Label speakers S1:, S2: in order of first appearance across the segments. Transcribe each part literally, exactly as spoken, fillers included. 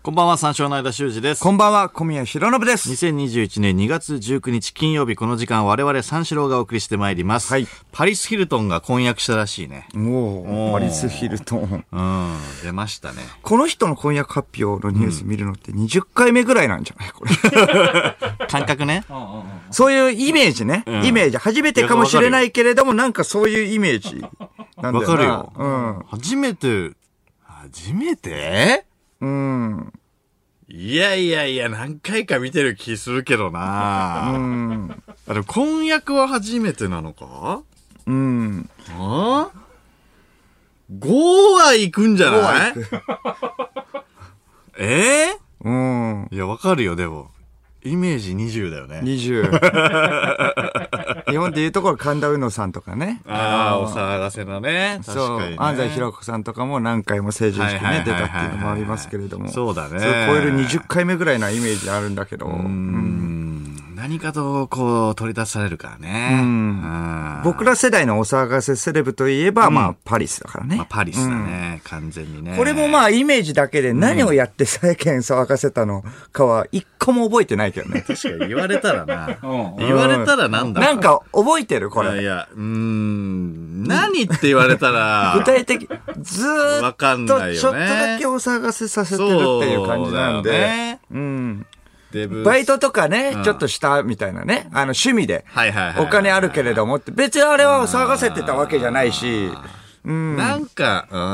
S1: こんばんは、三四郎の間修二です。
S2: こんばんは、小宮浩信です。
S1: にせんにじゅういちねんにがつじゅうくにち金曜日、この時間我々三四郎がお送りしてまいります。はい。パリス・ヒルトンが婚約したらしいね。
S2: おお、パリス・ヒルトン。
S1: うん、出ましたね。
S2: この人の婚約発表のニュース見るのってにじゅっかいめぐらいなんじゃないこれ。
S1: 感覚ね。
S2: そういうイメージね。うん、イメージ。初めてかもしれないけれども、なんかそういうイメージなんだよな。
S1: わかるよ。
S2: うん。
S1: 初めて、初めて
S2: うん。
S1: いやいやいや、何回か見てる気するけどな。うん。あれ、婚約は初めてなのか？
S2: うん。
S1: ああ ?ご は行くんじゃないええ
S2: ー、うん。
S1: いや、わかるよ、でも。イメージにじゅうだよね。
S2: にじゅう。日本でいうところ神田うのさんとかね。
S1: ああ、お騒がせなね。確かに、ね。
S2: そう。安西弘子さんとかも何回も成人式ね、出たっていうのもありますけれども。
S1: そうだね。
S2: それを超えるにじゅっかいめぐらいなイメージあるんだけど。
S1: うーん。うん何かと、こう、取り出されるからね。
S2: うん。僕ら世代のお騒がせセレブといえば、うん、まあ、パリスだからね。まあ、
S1: パリスだね、うん。完全にね。
S2: これもまあ、イメージだけで何をやって世間騒がせたのかは、一個も覚えてないけどね。
S1: 確かに言われたらな。言われたらなんだ。
S2: なんか、覚えてるこれ。
S1: いやいや、うーん。何って言われたら。
S2: 具体的、ずーっと。
S1: わかんないよね。
S2: ちょっとだけお騒がせさせてるっていう感じなんで。ね、うん。バイトとかね、うん、ちょっとしたみたいなね。あの、趣味で。お金あるけれどもって。別にあれは騒がせてたわけじゃないし。
S1: うん、なんか、うん。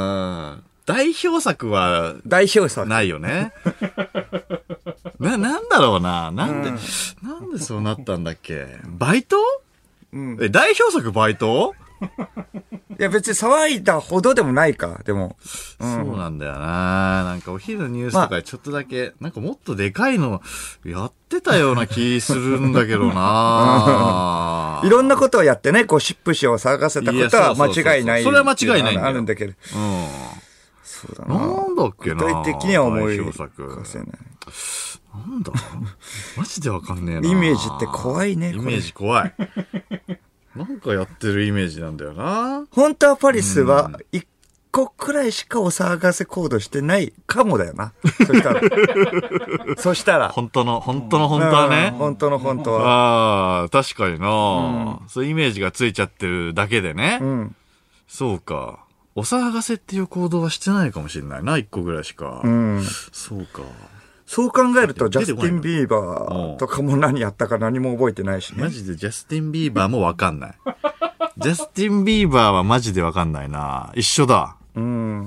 S1: 代表作は。
S2: 代表作。
S1: ないよね。な、なんだろうな。なんで、うん、なんでそうなったんだっけ。バイト、うん、え、代表作バイト
S2: いや別に騒いだほどでもないか、でも。
S1: うん、そうなんだよな。なんかお昼のニュースとかでちょっとだけ、まあ、なんかもっとでかいのやってたような気するんだけどな。
S2: いろんなことをやってね、ゴシップ誌を騒がせたことは間違いない。
S1: それは間違いないんだよ。
S2: あるんだけど。
S1: うん。
S2: そうだな。
S1: なんだっけな。
S2: 具体的には思い浮かせない。
S1: なんだマジでわかんねえな。
S2: イメージって怖いね。
S1: イメージ怖い。なんかやってるイメージなんだよな。
S2: 本当はパリスは一個くらいしかお騒がせ行動してないかもだよな。そしたら。そしたら。
S1: 本当の、本当の本当はね。
S2: 本当の本当は。
S1: ああ、確かにな、うん。そういうイメージがついちゃってるだけでね。うん、そうか。お騒がせっていう行動はしてないかもしれないな。一個ぐらいしか。うん、そうか。
S2: そう考えると、ジャスティン・ビーバーとかも何やったか何も覚えてないしね。
S1: マジでジャスティン・ビーバーもわかんない。ジャスティン・ビーバーはマジでわかんないな。一緒だ。うん。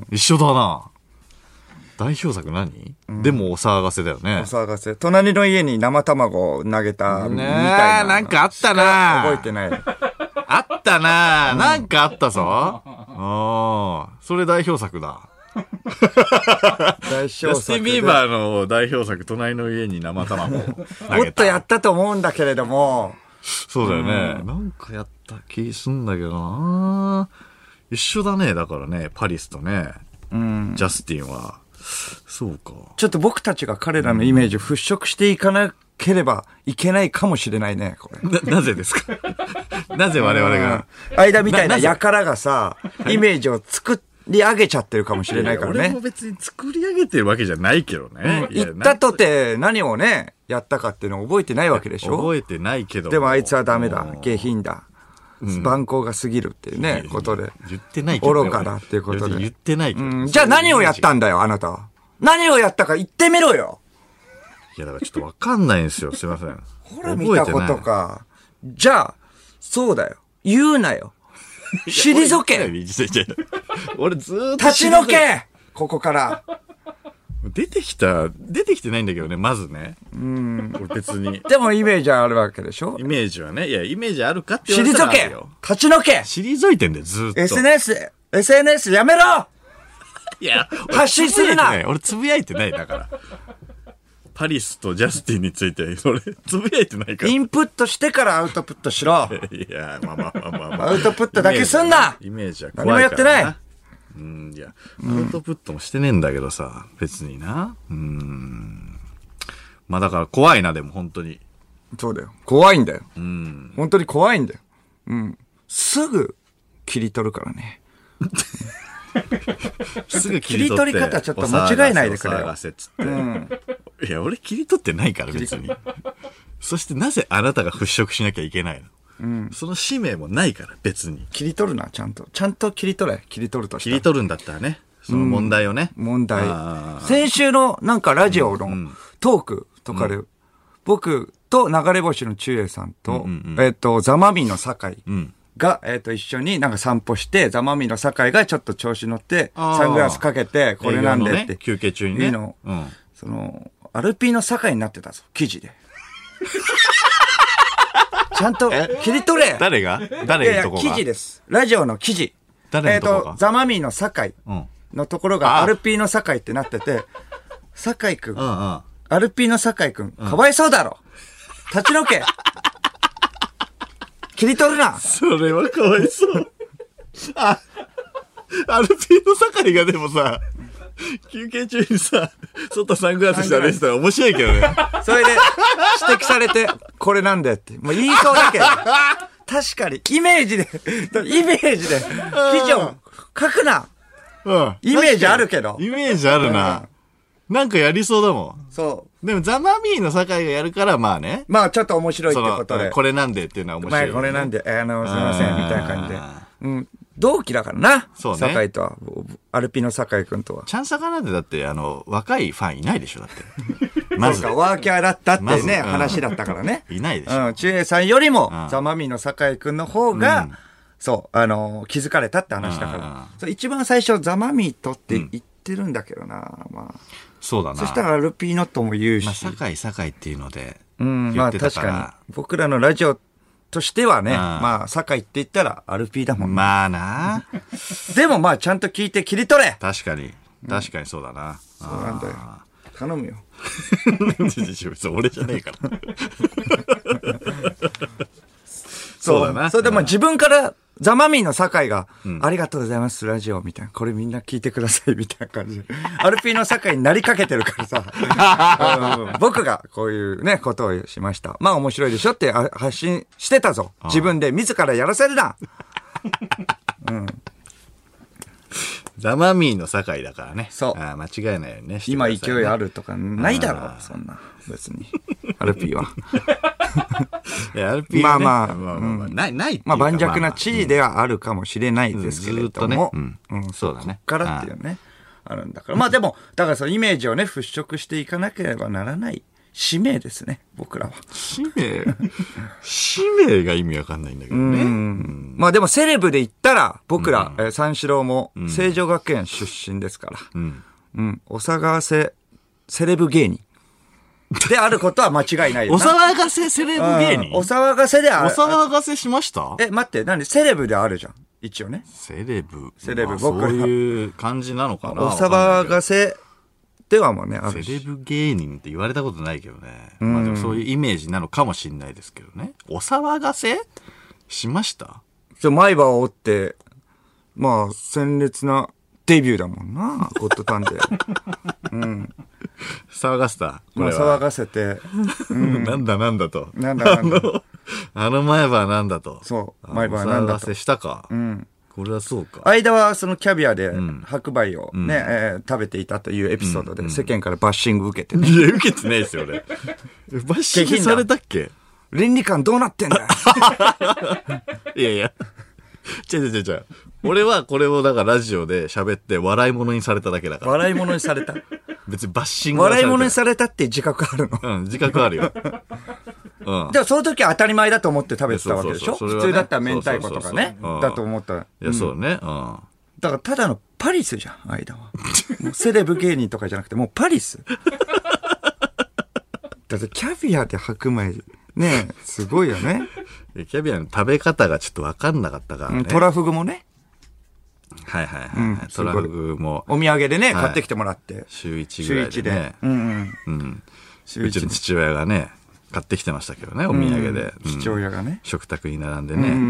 S1: 一緒だな。代表作何、うん、でもお騒がせだよね。
S2: お騒がせ。隣の家に生卵を投げたみたいな。
S1: ねえ、なんかあったな。
S2: 覚えてない。
S1: あったな。なんかあったぞ。ああ。それ代表作だ。
S2: 代表作
S1: ジャスティン・ビーバーの代表作、隣の家に生卵を投げた。
S2: もっとやったと思うんだけれども。
S1: そうだよね、うん。なんかやった気すんだけどな。一緒だね。だからね、パリスとね、うん、ジャスティンは。そうか。
S2: ちょっと僕たちが彼らのイメージを払拭していかなければいけないかもしれないね、これ。
S1: な、なぜですかなぜ我々が。
S2: 間みたいな輩がさ、イメージを作ってり上げちゃってるかもしれないからね。
S1: 俺も別に作り上げてるわけじゃないけどね。
S2: うん、言ったとて何をね、やったかっていうのを覚えてないわけでしょ。
S1: 覚えてないけど。
S2: でもあいつはダメだ。下品だ。蛮行が過ぎるっていうね、ことで。
S1: 言ってないけど、ね。
S2: 愚かだっていうことで。
S1: 言ってないけど、
S2: うん。じゃあ何をやったんだよ、あなたは。何をやったか言ってみろよ。
S1: いや、だからちょっとわかんないんですよ。すいません。
S2: ほら見たことか。じゃあ、そうだよ。言うなよ。退け
S1: 俺ずーっと
S2: 立ち退けここから
S1: 出てきた出てきてないんだけどね、まずね。うん俺別に
S2: でもイメージはあるわけでしょ。
S1: イメージはね。いやイメージあるかって言われたらあるよ。
S2: 退け立ち退け
S1: 退いてんだよずーっと。
S2: エスエヌエス エスエヌエス やめろ。
S1: いや
S2: 発信するな。
S1: 俺つぶやいてないだからパリスとジャスティンについて、それ、つぶやいてないから。
S2: インプットしてからアウトプットしろ。
S1: いや、まあまあまあまあ、まあ。
S2: アウトプットだけすんな。
S1: イメージは怖いからな。
S2: 何もやってない。
S1: うん、いや、アウトプットもしてねえんだけどさ、別にな。うん。まあだから怖いな、でも本当に。
S2: そうだよ。怖いんだよ。
S1: うん。
S2: 本当に怖いんだよ。うん。すぐ切り取るからね。
S1: すぐ
S2: 切り取り方ちょっと間違えないでくれよ。お騒がせっつって。うん、
S1: いや、俺切り取ってないから別に。そしてなぜあなたが払拭しなきゃいけないの？うん、その使命もないから別に。
S2: 切り取るな、ちゃんと。ちゃんと切り取れ。切り取るとしたら。
S1: 切り取るんだったらね。その問題をね。
S2: うん、問題。先週のなんかラジオのトークとかで、うん、僕と流れ星の中英さんと、うんうんうん、えっ、ー、と、ザマミィの酒井が、うん、えっ、ー、と、一緒になんか散歩して、ザマミィの酒井がちょっと調子乗って、サングラスかけて、これなんでって。
S1: ね、休憩中にね。いいの、
S2: うん、その、アルピーの酒井になってたぞ、記事で。ちゃんと切り取れ。
S1: 誰が誰のとこが？
S2: いやいや、記事です。ラジオの記事。
S1: 誰のとこが？
S2: えっ、ー、と、ザマミィの酒井のところがアルピーの酒井ってなってて、酒井くん、うんうん、アルピーの酒井くん、かわいそうだろ。立ち退け。切り取るな。
S1: それはかわいそう。あ、アルピーの酒井がでもさ、休憩中にさ、外サングラスして歩いてたら面白いけどね。
S2: それで、指摘されて、これなんだよって。もう言いそうだけど。確かに、イメージで、イメージで、記事を書くな。うん。イメージあるけど。
S1: イメージあるな。うん、なんかやりそうだもん。
S2: そう。
S1: でも、ザ・マミィの酒井がやるから、まあね。
S2: まあ、ちょっと面白いってことで。
S1: これなんでっていうのは面白い、ね。
S2: まあ、これなんで、あの、すいません、みたいな感じで。うん。同期だからな。そうね。酒井とは、アルピの酒井くんとは。
S1: チャンサカなんてだって、あの、若いファンいないでしょ、だって。
S2: まず。そうか、ワーキャーだったってね、まうん、話だったからね。
S1: いないでしょ。
S2: うん、中英さんよりも、うん、ザ・マミィの酒井くんの方が、うん、そう、あの、気づかれたって話だから。そう一番最初、ザ・マミィとって言ってるんだけどな、うん、まあ。
S1: そうだな。
S2: そしたらアルピーノとも言うし。
S1: まあ、酒井酒井っていうので。
S2: うん、まあ確かに。僕らのラジオとしてはね、まあ、酒井って言ったらアルピーだもんね。
S1: まあな。
S2: でもまあ、ちゃんと聞いて切り取れ。
S1: 確かに。確かにそうだな。
S2: うん、そうなんだよ。頼むよ。
S1: 俺じゃねえから。
S2: そうだな。それでも自分から、ザ・マミィの酒井が、うん、ありがとうございます、ラジオ、みたいな。これみんな聞いてください、みたいな感じで。アルピーの酒井になりかけてるからさ。僕がこういうね、ことをしました。まあ面白いでしょって発信してたぞ。自分で自らやらせるな。うん、
S1: ザ・マミィの酒井だからね。
S2: そう。
S1: あ間違いないようにね。
S2: 今勢いあるとかないだろう、そんな。別に。アルピーは。
S1: いや、アルピー
S2: は、ね、まあまあ、
S1: まあまあまあ、ない、ないっていうか。
S2: まあ盤石な地位ではあるかもしれないですけれども。
S1: うん、ずっとね。うん。うん、そうだね。
S2: こっからっていうね。あるんだから。まあでも、だからそのイメージをね、払拭していかなければならない使命ですね、僕らは。
S1: 使命使命が意味わかんないんだけどね。うん。
S2: まあでもセレブで言ったら、僕ら、うん、えー、三四郎も、成城学園出身ですから。うん。うん。お騒がせ、セレブ芸人。であることは間違いないよな。
S1: お騒がせセレブ芸人、
S2: うん、お騒がせである。
S1: お騒がせしました？
S2: え、待って、なんでセレブであるじゃん。一応ね。
S1: セレブ。
S2: セレブ、
S1: まあ、僕ら。そういう感じなのかな。
S2: お騒がせではもうね、ある
S1: し。セレブ芸人って言われたことないけどね。うん、まあでもそういうイメージなのかもしれないですけどね。お騒がせしました？
S2: ちょ、前歯を折って、まあ、鮮烈なデビューだもんな、ゴッドタンで。うん。
S1: 騒がせた。
S2: これは。まあ、騒がせて。
S1: うん、なんだなんだと。
S2: なんだなんだ。
S1: あの、あの前歯はなんだと。
S2: そう。前歯はなんだと。
S1: 騒がせしたか。うん。これはそうか。
S2: 間はそのキャビアで白米をね、うんえー、食べていたというエピソードで世間からバッシング受けて、ね。
S1: いや、受けてないですよ、俺。バッシングされたっけ？
S2: 倫理観どうなってんだよ。
S1: いやいや。違う違う違う違う。俺はこれをだからラジオで喋って笑い物にされただけだから。
S2: 笑い物にされた。
S1: 別にバッシング
S2: 笑い物にされたって自覚あるの？
S1: うん、自覚あるよ。
S2: うん。でもその時は当たり前だと思って食べてたわけでしょ？普通だったら明太子とかね。だと思った。い
S1: や、そうね。うん。
S2: だからただのパリスじゃん、間は。もうセレブ芸人とかじゃなくて、もうパリス。だってキャビアで白米、ねえ、すごいよね。
S1: キャビアの食べ方がちょっと分かんなかったからね。
S2: トラフグもね。
S1: はいはいはい。うん、トラフグも。
S2: お土産でね、はい、買ってきてもらって。
S1: 週一ぐらいで、ね。週一で。うんうん。うん。週一うちの父親がね、買ってきてましたけどね、お土産で。
S2: うん、父親がね。
S1: 食卓に並んでね。うん。うん、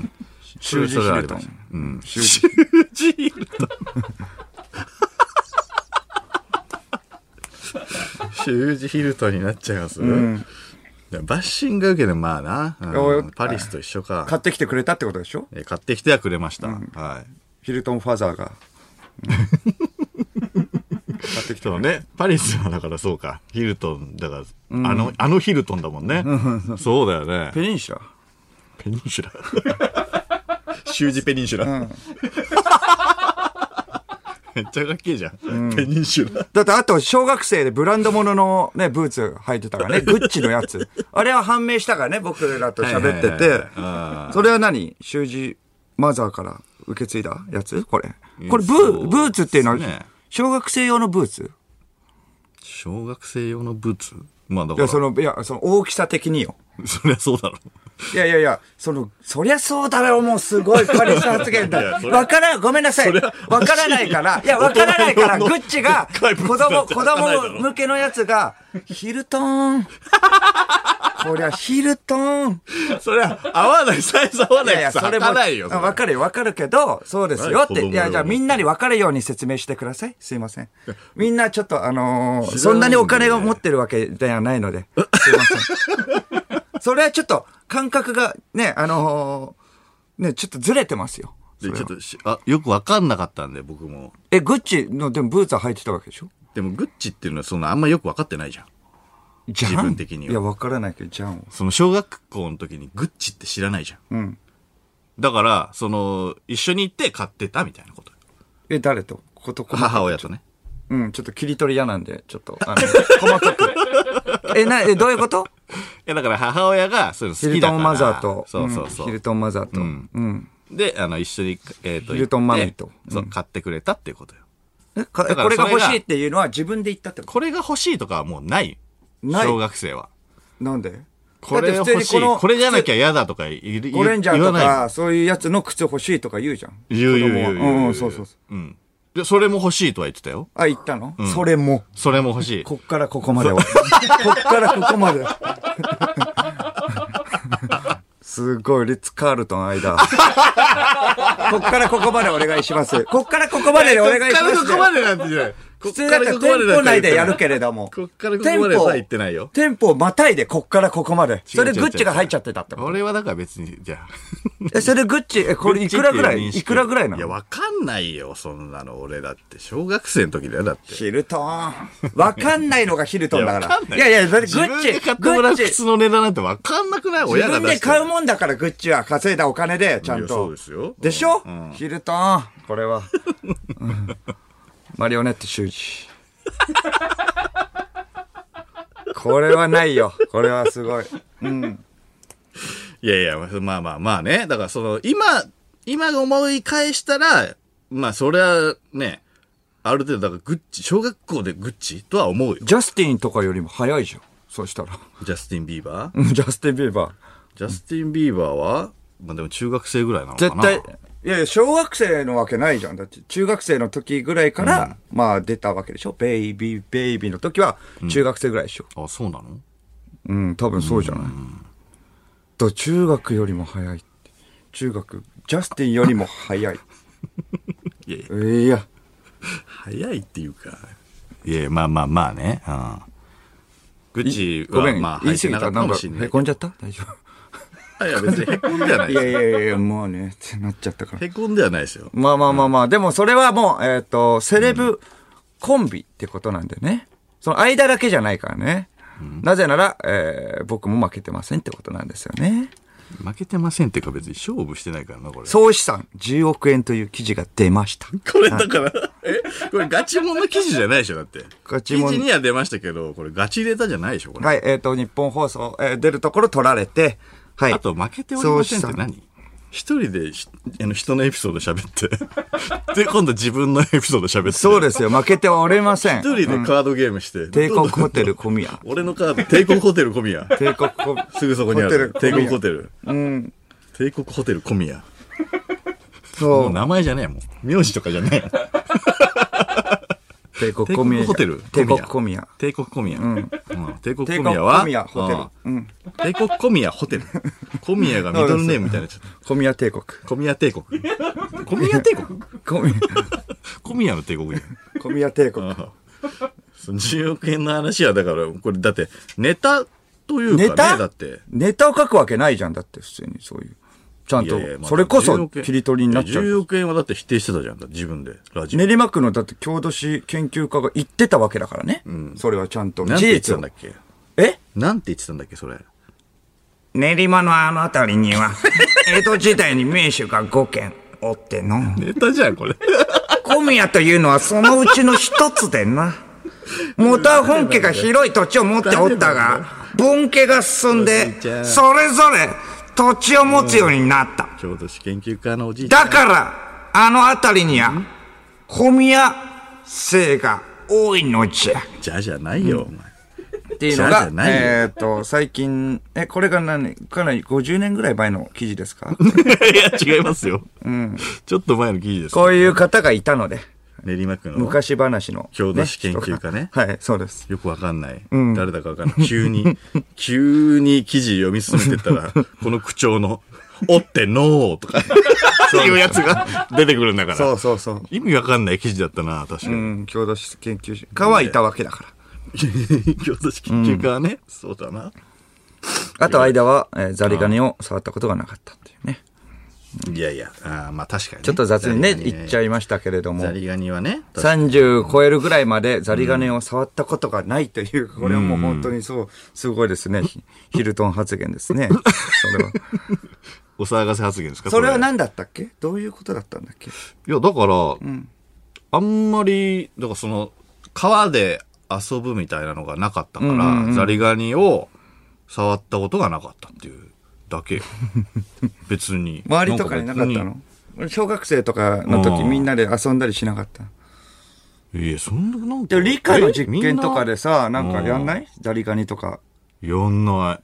S2: 習字ヒルトン。
S1: うん。習字ヒルトン。習字ヒルトンになっちゃいます、うん、バッシング受けでまあな、うん、パリスと一緒か。
S2: 買ってきてくれたってことでしょ？
S1: え買ってきてはくれました、うん、はい。
S2: ヒルトンファザーが買ってきた
S1: そうね。パリスはだからそうか。ヒルトン、だから、うん、あの、あのヒルトンだもんね。そうだよね。
S2: ペニンシュラ。
S1: ペニンシュラ。習字ペニンシュラ。うん、めっちゃかっけえじゃん。うん、ペニンシュラ。
S2: だってあと小学生でブランド物のね、ブーツ履いてたからね。グッチのやつ。あれは判明したからね、僕らと喋ってて。それは何習字マザーから受け継いだやつこれ。これブー、ブーツっていうのは、小学生用のブーツ？
S1: 小学生用のブーツ？まあだから。
S2: いや、その、いや、その大きさ的によ。
S1: そりゃそうだろ。
S2: いやいやいや、その、そりゃそうだろ、もうすごいパリス発言だ。わからん、ごめんなさい。わからないから。いや、わからないから、グッチが、子供、子供向けのやつが、ヒルトーン。こりゃ、ヒルトーン。
S1: それは、合わない、サイズ合わない。いやいや、それも、わ
S2: かるよ、わかるけど、そうですよって。いや、じゃあみんなにわかるように説明してください。すいません。みんなちょっと、あのー、そんなにお金を持ってるわけではないので。すいません。それはちょっと、感覚が、ね、あのー、ね、ちょっとずれてますよ。
S1: ちょっとあ、よくわかんなかったんで、僕も。
S2: え、グッチの、でもブーツは履いてたわけでしょ？
S1: でも、グッチっていうのは、その、あんまよくわかってないじゃん。
S2: じゃん
S1: 自分的には。
S2: いや、わからないけど、じゃん。
S1: その、小学校の時にグッチって知らないじゃん。うん。だから、その、一緒に行って買ってたみたいなこと。
S2: え、誰とこと
S1: 母親とね。
S2: うん、ちょっと切り取り嫌なんで、ちょっと、あの、細かく。え、な、え、どういうこと？
S1: いや、だから母親が、そういうの好きだから。
S2: ヒルトンマザーと。
S1: そうそうそう。
S2: うん、ヒルトンマザーと。うん。うん、
S1: で、あの、一緒に、えっ、ー、と、
S2: ヒルトンマミーと。
S1: そう、買ってくれたっていうことよ。
S2: え、これが欲しいっていうのは自分で言ったってこと？
S1: これが欲しいとかはもうない。ない。小学生は。
S2: なんで？
S1: これ欲しい。これじゃなきゃ嫌だとか言う。
S2: ゴレンジャーとか、そういうやつの靴欲しいとか言うじゃん。
S1: 言う言う言う言う。
S2: うん、そうそうそう。
S1: うん。で、それも欲しいとは言ってたよ。
S2: あ、言ったの？うん、それも。
S1: それも欲しい。
S2: こっからここまで。こっからここまで。すごい、リッツ・カールトン間。こっからここまでお願いします。こっからここまででお願いします。
S1: こっからここまでなんてじゃない。
S2: 普通なんか店舗内でやるけれども。
S1: こっからここまでは言ってないよ。
S2: 店舗をまたいでこっからここまで。それグッチが入っちゃってたってこと？
S1: 俺はだから別に、じゃあ。
S2: え、それグッチ、え、これいくらぐらいいくらぐらいなの？
S1: いや、わかんないよ、そんなの。俺だって。小学生の時だよ、だって。
S2: ヒルトン。わかんないのがヒルトンだから。いやいや、だってグッチ。
S1: 買ってもらう靴の値段なんてわかんなくない？親が出して。
S2: 自分で買うもんだからグッチは稼いだお金で、ちゃんと。
S1: そうですよ。
S2: でしょ？ヒルトン。これは。マリオネット習字。これはないよ。これはすごい。うん。
S1: いやいや、まあまあまあね。だからその、今、今思い返したら、まあそれはね、ある程度、だからグッチ、小学校でグッチとは思うよ。
S2: ジャスティンとかよりも早いじゃん。そうしたら。
S1: ジャスティン・ビーバー？
S2: うん、ジャスティン・ビーバー。
S1: ジャスティン・ビーバーはまあでも中学生ぐらいなのかな。
S2: 絶対。いやいや、小学生のわけないじゃん。だって、中学生の時ぐらいから、うん、まあ出たわけでしょ。ベイビー、ベイビーの時は、中学生ぐらいでしょ。
S1: うん、あ、そうなの？
S2: うん、多分そうじゃない。うん、と中学よりも早いって。中学、ジャスティンよりも早い。
S1: いやいや。
S2: いや。
S1: 早いっていうか。いや、まあまあまあね。うん。グッチは、
S2: ごめん、
S1: まあ、
S2: 言い過ぎた。なんか、へこんじゃった？大丈夫。
S1: いや、別にへこんではない
S2: です。いやいやいや、もうね、ってなっちゃったから。
S1: へこんではないですよ。
S2: まあまあまあまあ、うん、でもそれはもう、えっ、ー、と、セレブコンビってことなんでね。その間だけじゃないからね。うん、なぜなら、えー、僕も負けてませんってことなんですよね。
S1: 負けてませんっていうか別に勝負してないからな、これ。
S2: 総資産じゅうおくえんという記事が出ました。
S1: これだから、えこれガチモンの記事じゃないでしょ、だって。ガチモン。記事には出ましたけど、これガチデータじゃないでしょ、これ。
S2: はい、えっ、ー、と、日本放送、えー、出るところ取られて、はい。
S1: あと、負けておりませんって何？一人であの人のエピソード喋って。で、今度自分のエピソード喋って。
S2: そうですよ。負けてはおりません。
S1: 一人でカードゲームして。うん、
S2: 帝国ホテル小宮。
S1: 俺のカード、帝国ホテル小宮。
S2: 帝国ホ
S1: すぐそこにある。帝国ホテル。
S2: うん。
S1: 帝国ホテル小宮。
S2: そう。
S1: もう名前じゃねえもん。名字とかじゃねえ。
S2: 帝国小宮。
S1: ホテル
S2: 帝国小宮。
S1: 帝国小宮。うん。帝国小
S2: 宮
S1: は
S2: 小宮ホテル。うん。
S1: 帝国小宮ホテル。小宮がミドルネームみたいな。
S2: 小宮帝国。
S1: 小宮帝国。小宮帝国
S2: 小宮。
S1: 小宮の帝国。
S2: 小宮帝国。
S1: じゅうおくえんの話はだから、これだってネタというかね、
S2: ネタ
S1: だって。
S2: ネタを書くわけないじゃん。だって普通にそういう。 ちゃんと。それこそ切り取りになっちゃう。
S1: じゅうおくえんはだって否定してたじゃん。自分で。ラジオ。
S2: 練馬区のだって郷土史研究家が言ってたわけだからね。うん。それはちゃんと。
S1: なんて言ってたんだっけ？
S2: え？
S1: なんて言ってたんだっけ、それ。
S2: 練馬のあの辺りには、江戸時代に名手がごけんおっての。
S1: ネタじゃん、これ。
S2: 小宮というのはそのうちの一つでな。元は本家が広い土地を持っておったが、分家が進んで、それぞれ土地を持つようになった。
S1: 郷土史研究家のおじいちゃん。
S2: だから、あの辺りには、小宮姓が多いのじゃ。
S1: じゃじゃないよ、お前。
S2: っていうのが、えっと、最近、え、これが何、かなりごじゅうねんぐらい前の記事ですか？
S1: いや、違いますよ。うん。ちょっと前の記事です。
S2: こういう方がいたので。
S1: 練馬区の
S2: 昔話の
S1: 郷土史研究家ね。
S2: はい、そうです。
S1: よくわかんない。うん、誰だかわかんない。急に、急に記事読み進めてったら、この口調の、おってのーとか、そういうやつが出てくるんだから。
S2: そうそうそう。
S1: 意味わかんない記事だったな、確かに。う
S2: ん、郷土史研究家はいたわけだから。
S1: 郷土史研究家はね、うん、そうだな。
S2: あと間は、えー、ザリガニを触ったことがなかったっていうね。
S1: いやいや、あまあ確かに、ね。
S2: ちょっと雑にね、言っちゃいましたけれども。
S1: ザリガニはね。
S2: さんじゅう超えるぐらいまでザリガニを触ったことがないという、これはもう本当にそう、すごいですね。ヒルトン発言ですね。それは。
S1: お騒がせ発言ですか？
S2: それは何だったっけ？どういうことだったんだっけ？い
S1: や、だから、うん、あんまり、だからその、川で遊ぶみたいなのがなかったから、うんうんうん、ザリガニを触ったことがなかったっていう。だけ別に
S2: 周りとかになかったの？小学生とかの時みんなで遊んだりしなかった？
S1: いや、そんななん
S2: か理科の実験とかでさ、なんかやんない？ザリガニとか
S1: やんない。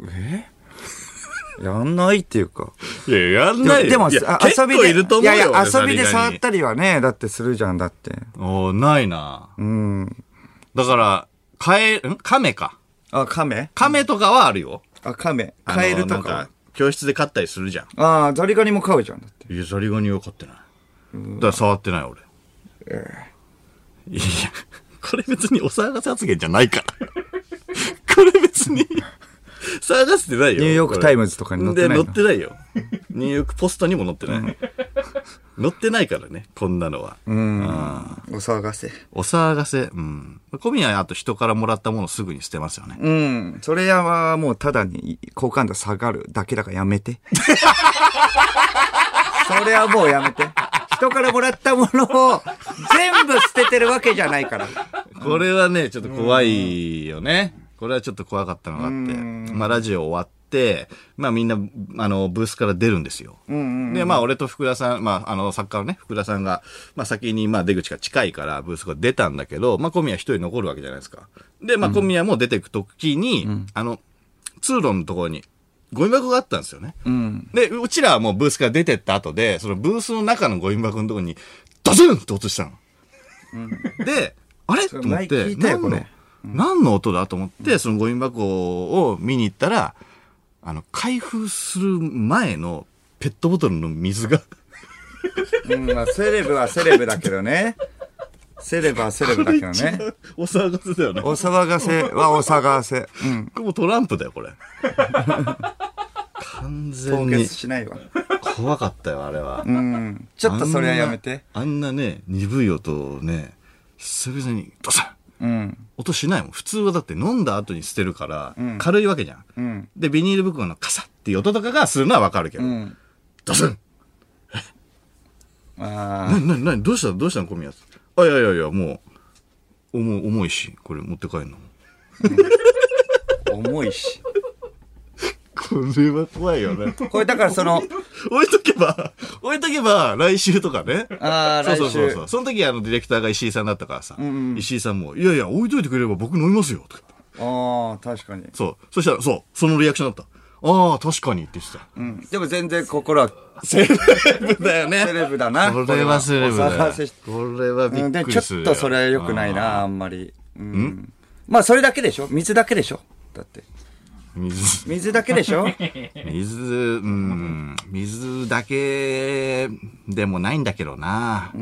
S2: えやんないっていうか、
S1: いややんないよ。
S2: でも
S1: 結構いると思うよ。
S2: いやいや遊びで触ったりはね、だってするじゃん。だって
S1: おないな。うんだからカエんカメか。
S2: あ、カメ
S1: カメとかはあるよ。
S2: あ、カメ。カエルとか。
S1: か教室で飼ったりするじゃん。
S2: ああ、ザリガニも飼うじゃん。だって。
S1: いや、ザリガニは飼ってない。だから触ってない、俺。ええー。いや、これ別にお騒がせ発言じゃないから。これ別に、騒がせてないよ。
S2: ニューヨークタイムズとかに載ってないの？
S1: で、載ってないよ。ニューヨークポストにも載ってない。うん、載ってないからね、こんなのは。うん。
S2: お騒がせ。
S1: お騒がせ。うん。小宮はあと人からもらったものすぐに捨てますよね。
S2: うん。それはもうただに好感度下がるだけだからやめて。それはもうやめて。人からもらったものを全部捨ててるわけじゃないから。
S1: これはね、ちょっと怖いよね。これはちょっと怖かったのがあって。まあラジオ終わって、で、まあみんな、あの、ブースから出るんですよ。うんうんうん、で、まあ俺と福田さん、まああの、作家のね、福田さんが、まあ先に、まあ出口が近いからブースが出たんだけど、まあ小宮一人残るわけじゃないですか。で、まあ小宮も出てくときに、うん、あの、通路のところに、ゴミ箱があったんですよね。うん、で、うちらはもうブースから出てった後で、そのブースの中のゴミ箱のところに、ドスンって音したの。うん、で、あれと思って、何の、何の音だと思って、そのゴミ箱を見に行ったら、あの、開封する前のペットボトルの水が
S2: うん、まあ、セレブはセレブだけどね。セレブはセレブだけどね。
S1: お騒がせだよね。
S2: お騒がせはお騒がせ。
S1: うん。これもトランプだよ、これ。完全に。
S2: 凍結しないわ。
S1: 怖かったよ、あれは。
S2: うん。ちょっとそれはやめて。
S1: あんな、あんなね、鈍い音をね、久々に、ドサッうん、音しないもん。普通はだって飲んだ後に捨てるから、うん、軽いわけじゃん、うん。で、ビニール袋のカサッっていう音とかがするのはわかるけど。うん、ドスンえああ。なになになにどうしたどうしたの小宮。あ、いやいやいや、もう、重い、重いし、これ持って帰るの。
S2: うん、重いし。
S1: これは怖いよね。
S2: これだからその、
S1: 置いとけば、置いとけば、来週とかね。
S2: ああ、来週。そうそうそう。
S1: その時あの、ディレクターが石井さんだったからさ。うんうん、石井さんも、いやいや、置いといてくれれば僕飲みますよ。とか
S2: ああ、確かに。
S1: そう。そしたら、そう、そのリアクションだった。ああ、確かにって言ってた。
S2: うん。でも全然心は、
S1: セレブだよね。
S2: セレブだな。
S1: これはセレブだよ。これはびっくりする、
S2: うん。ちょっとそれは良くないな、あんまり。うん。んまあ、それだけでしょ？水だけでしょ？だって。水。水だけでしょ？
S1: 水、うん、水だけでもないんだけどな。うん。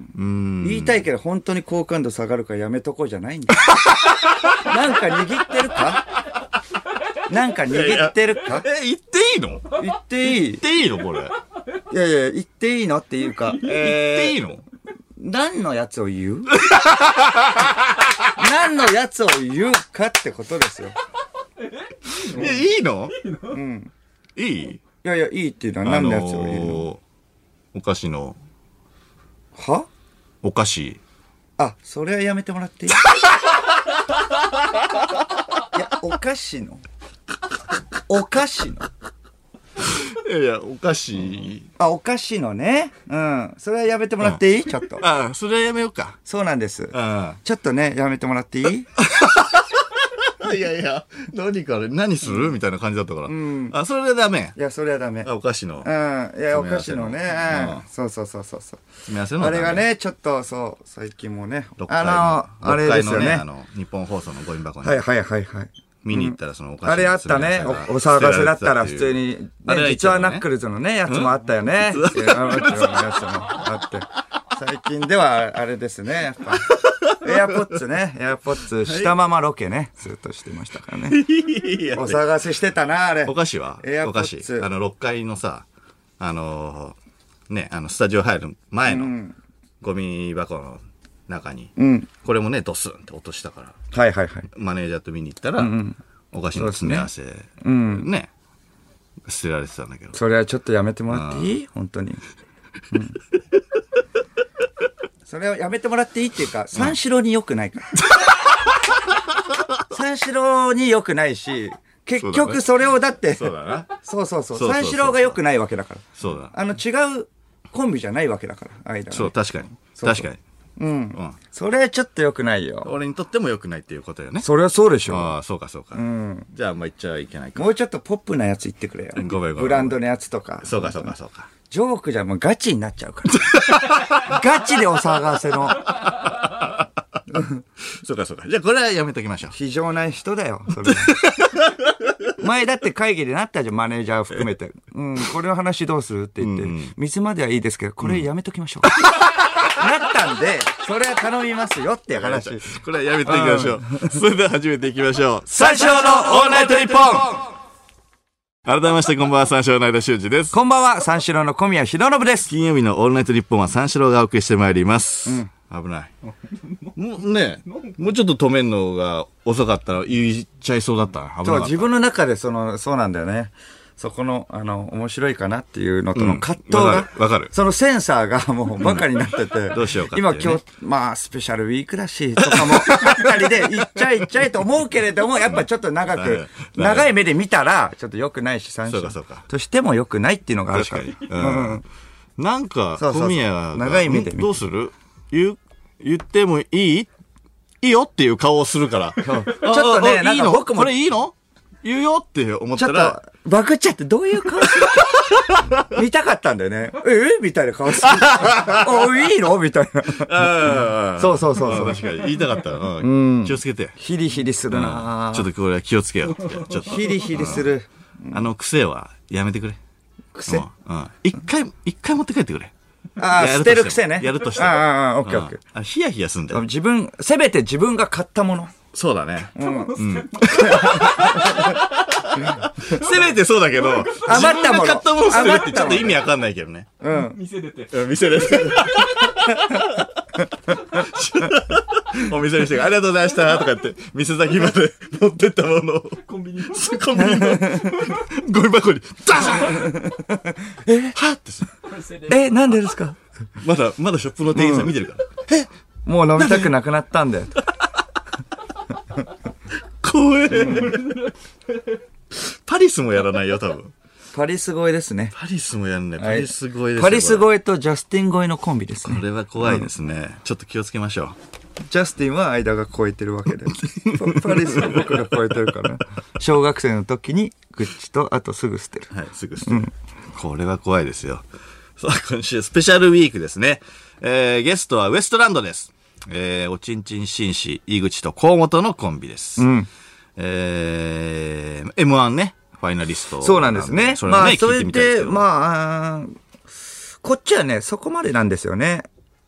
S2: うん。言いたいけど、本当に好感度下がるからやめとこうじゃないんだよ。なんか握ってるかなんか握ってるか
S1: え、言っていいの？
S2: 言っていい？
S1: 言っていいのこれ。
S2: いやいや、言っていいのっていうか。
S1: 言っていいの？
S2: 何のやつを言う？何のやつを言うかってことですよ。
S1: え、いいの？
S2: うん。
S1: いい？
S2: いやいや、いいっていうのは何のやつを言うの？あの
S1: ー、お菓子の。
S2: は？
S1: お菓子。
S2: あ、それはやめてもらっていい？いや、お菓子の。お菓子の。
S1: いやいや、お菓子。
S2: あ、お菓子のね。うん。それはやめてもらっていい？うん、ちょっと。
S1: ああ、それはやめようか。
S2: そうなんです。
S1: ああ
S2: ちょっとね、やめてもらっていい？
S1: いやいや、何から、何するみたいな感じだったから。うん。あ、それはダメ。
S2: いや、それはダメ。
S1: あ、お菓子の。
S2: うん。いや、お菓子のね。うん。そうそうそうそう。
S1: 詰め合わせの。
S2: あれがね、ちょっと、そう、最近もね。
S1: あの、あれですよね。あの、日本放送のゴミ箱に。
S2: はいはいはいはい。
S1: 見に行ったらそのお菓子、
S2: あれあったね。お騒がせだったら普通に。実はナックルズのね、やつもあったよね。やつもあって。最近では、あれですね。やっぱ。エアポッツね。エアポッツしたままロケね。ずっとしてましたからね。お騒がせしてたな、あれ。
S1: お菓子はエアポッツ。あの、ろっかいのさ、あの、ね、あの、スタジオ入る前のゴミ箱の中に。うん。これもね、ドスンって落としたから。
S2: はいはいはい。
S1: マネージャーと見に行ったら、うん、お菓子の詰め合わせ。うん。ね。捨てられてたんだけど。
S2: それはちょっとやめてもらっていい？本当に。うん。それをやめてもらっていいっていうか、三四郎に良くないから。三四郎に良くないし、結局それをだって、
S1: そうだな。
S2: そうそうそう。三四郎が良くないわけだから。
S1: そうだ。
S2: あの違うコンビじゃないわけだから、間。
S1: そう、確かに。確かに。
S2: うん。それちょっと良くないよ。
S1: 俺にとっても良くないっていうことよね。
S2: それはそうでしょ。
S1: ああ、そうかそうか。うん。じゃあ、まあ言っちゃいけないか。
S2: もうちょっとポップなやつ言ってくれよ。
S1: ごめんごめん。
S2: ブランドのやつとか。
S1: そうかそうかそうか。
S2: ジョークじゃもうガチになっちゃうから。ガチでお騒がせの。
S1: そうかそうか。じゃあこれはやめときましょう。
S2: 非常な人だよ、それ。前だって会議でなったじゃん、マネージャー含めて。うん、これの話どうするって言って、うん、水まではいいですけど、これやめときましょう。うん、なったんで、それは頼みますよっていう話。
S1: これはやめときましょう。それでは始めていきましょう。三四郎のオールナイトニッポン。改めましてこんばんは、三四郎の間修二です。
S2: こんばんは、三四郎の小宮浩信です。
S1: 金曜日のオールナイトニッポンは三四郎がお送りしてまいります。うん、危ない。もうね、もうちょっと止めんのが遅かったら言っちゃいそうだった。危なかった。
S2: そう、自分の中でその、そうなんだよね。そこの、あの、面白いかなっていうのとの葛藤が、わ、
S1: うん、かる。
S2: そのセンサーがもうバカになってて、
S1: どうしようか、ね。
S2: 今今日、まあ、スペシャルウィークだし、とかも、あったりで、行っちゃい行っちゃいと思うけれども、やっぱちょっと長く、長い目で見たら、ちょっと良くないし、三四郎としても良くないっていうのがあるから。確かに。うん、
S1: なんか、小宮が、
S2: 長い目で見
S1: どうする？言う、言ってもいい？いいよっていう顔をするから。ちょっ
S2: とね、なんか僕も。
S1: これいいの？言うよって思ったら。ちょっと、
S2: バグっちゃってどういう顔する見たかったんだよね。えみたいな顔する。おいいのみたいな。そうそうそうそう。
S1: 確かに。言いたかった。うん。気をつけて。
S2: ヒリヒリするな、
S1: ちょっとこれは気をつけよう。ちょっと。
S2: ヒリヒリする。
S1: あの癖はやめてくれ。
S2: 癖？
S1: うん。一回、一回持って帰ってくれ。
S2: ああ、捨てる癖ね。
S1: やるとして。
S2: ああ、オッケーオッケー。
S1: ヒヤヒヤすんだよ。
S2: 自分、せめて自分が買ったもの。
S1: そうだね。うん。せめてそうだけど、余ったもの。買ったものするってちょっと意味わかんないけどね。
S2: うん。
S3: 店出て。
S1: うん、店出て。お店の人がありがとうございましたとか言って、店先まで持ってったものを、
S3: コンビニ。
S1: コンビニのゴミ箱に、ザーンえはってさ。
S2: え、なんでですか？
S1: まだ、まだショップの店員さん見てるから。え
S2: もう飲みたくなくなったんだよ。
S1: 怖え。パリスもやらないよ、多分。
S2: パリス越えですね。
S1: パリスもやんない。パリス越えですね。
S2: パリス越えとジャスティン越えのコンビですね。
S1: これは怖いですね。うん、ちょっと気をつけましょう。
S2: ジャスティンは間が超えてるわけで。パリスは僕が超えてるから。小学生の時にグッチと、あとすぐ捨てる。
S1: はい、すぐ捨てる。うん、これは怖いですよ。さあ、今週スペシャルウィークですね。えー、ゲストはウエストランドです。えー、おちんちん紳士、井口と河本のコンビです。うん、えー、エムワン ね、ファイナリスト。
S2: そうなんですね。それね、まあ、それで、まあ、こっちはね、そこまでなんですよね。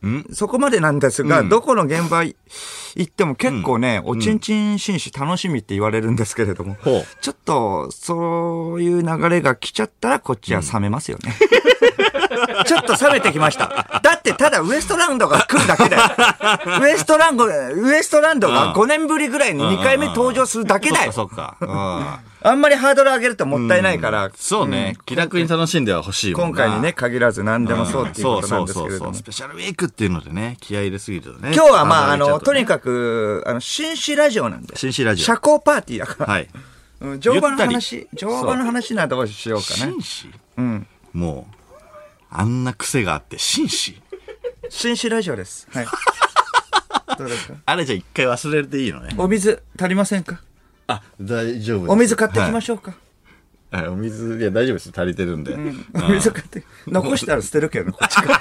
S2: そこまでなんですが、うん、どこの現場行っても結構ね、うん、おちんちん紳士楽しみって言われるんですけれども、うん、ちょっと、そういう流れが来ちゃったらこっちは冷めますよね。うん、ちょっと冷めてきました。だってただウエストランドが来るだけだよ。ウエストランド、ウエストランドがごねんぶりぐらいににかいめ登場するだけだよ。
S1: そっか、そっか。
S2: あんまりハードル上げるともったいないから。うん、
S1: そうね、うん。気楽に楽しんではほしいもんな。
S2: 今回にね、限らず何でもそうっていうことなんですけれども。そうそうそうそう。
S1: スペシャルウィークっていうのでね、気合い入れすぎるとね。
S2: 今日はまあ、あの、とにかく、あの、紳士ラジオなんで。
S1: 紳士ラジオ。
S2: 社交パーティーだから。はい。うん、乗馬の話、乗馬の話などうしようかね。
S1: 紳士うん。もう、あんな癖があって、紳士
S2: 紳士ラジオです。はい。どうですか？
S1: あれじゃ一回忘れていいのね。
S2: お水足りませんか？
S1: あ、大丈夫です。
S2: お水買ってきましょうか。
S1: はい、お水、いや、大丈夫です。足りてるんで。うん、
S2: お水買って、残したら捨てるけど、こっちから。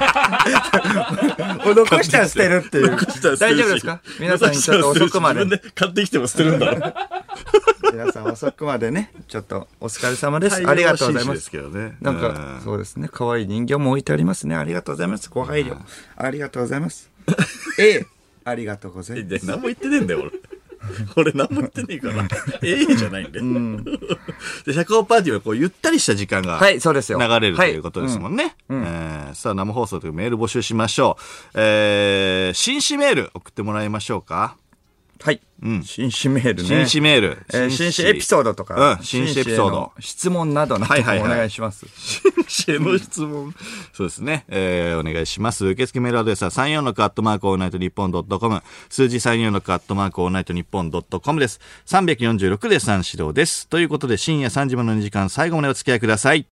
S2: 残したら捨てるっていう。大丈夫ですか？皆さんちょっと遅くまで。
S1: 自分で買ってきても捨てるんだろう。
S2: 皆さん遅くまでね、ちょっとお疲れ様です。ありがとうございます。
S1: ですけどね。
S2: なんか、そうですね。可愛い人形も置いてありますね。ありがとうございます。ご配慮。ありがとうございます。A、ありがとうございます。
S1: 何も言ってねえんだよ、俺。俺何も言ってねえから。ええじゃないんで。うん、で、社交パーティーはこうゆったりした時間が流れるということですもんね。はい、うんえー、さあ生放送というメール募集しましょう。えー、紳士メール送ってもらいましょうか。
S2: はい。うん。紳士メールね。
S1: 紳士メール。
S2: えー、紳士エピソードとか。
S1: うん。紳士エピソード。
S2: 質問などなどお願いします。
S1: 紳士への質問。そうですね。えー、お願いします。受付メールアドレスはさんよんろくアットマークオールナイトニッポンドットコム。数字さんよんろくアットマークオールナイトニッポンドットコムです。さんびゃくよんじゅうろくで三四郎です。ということで深夜さんじまでのにじかん最後までお付き合いください。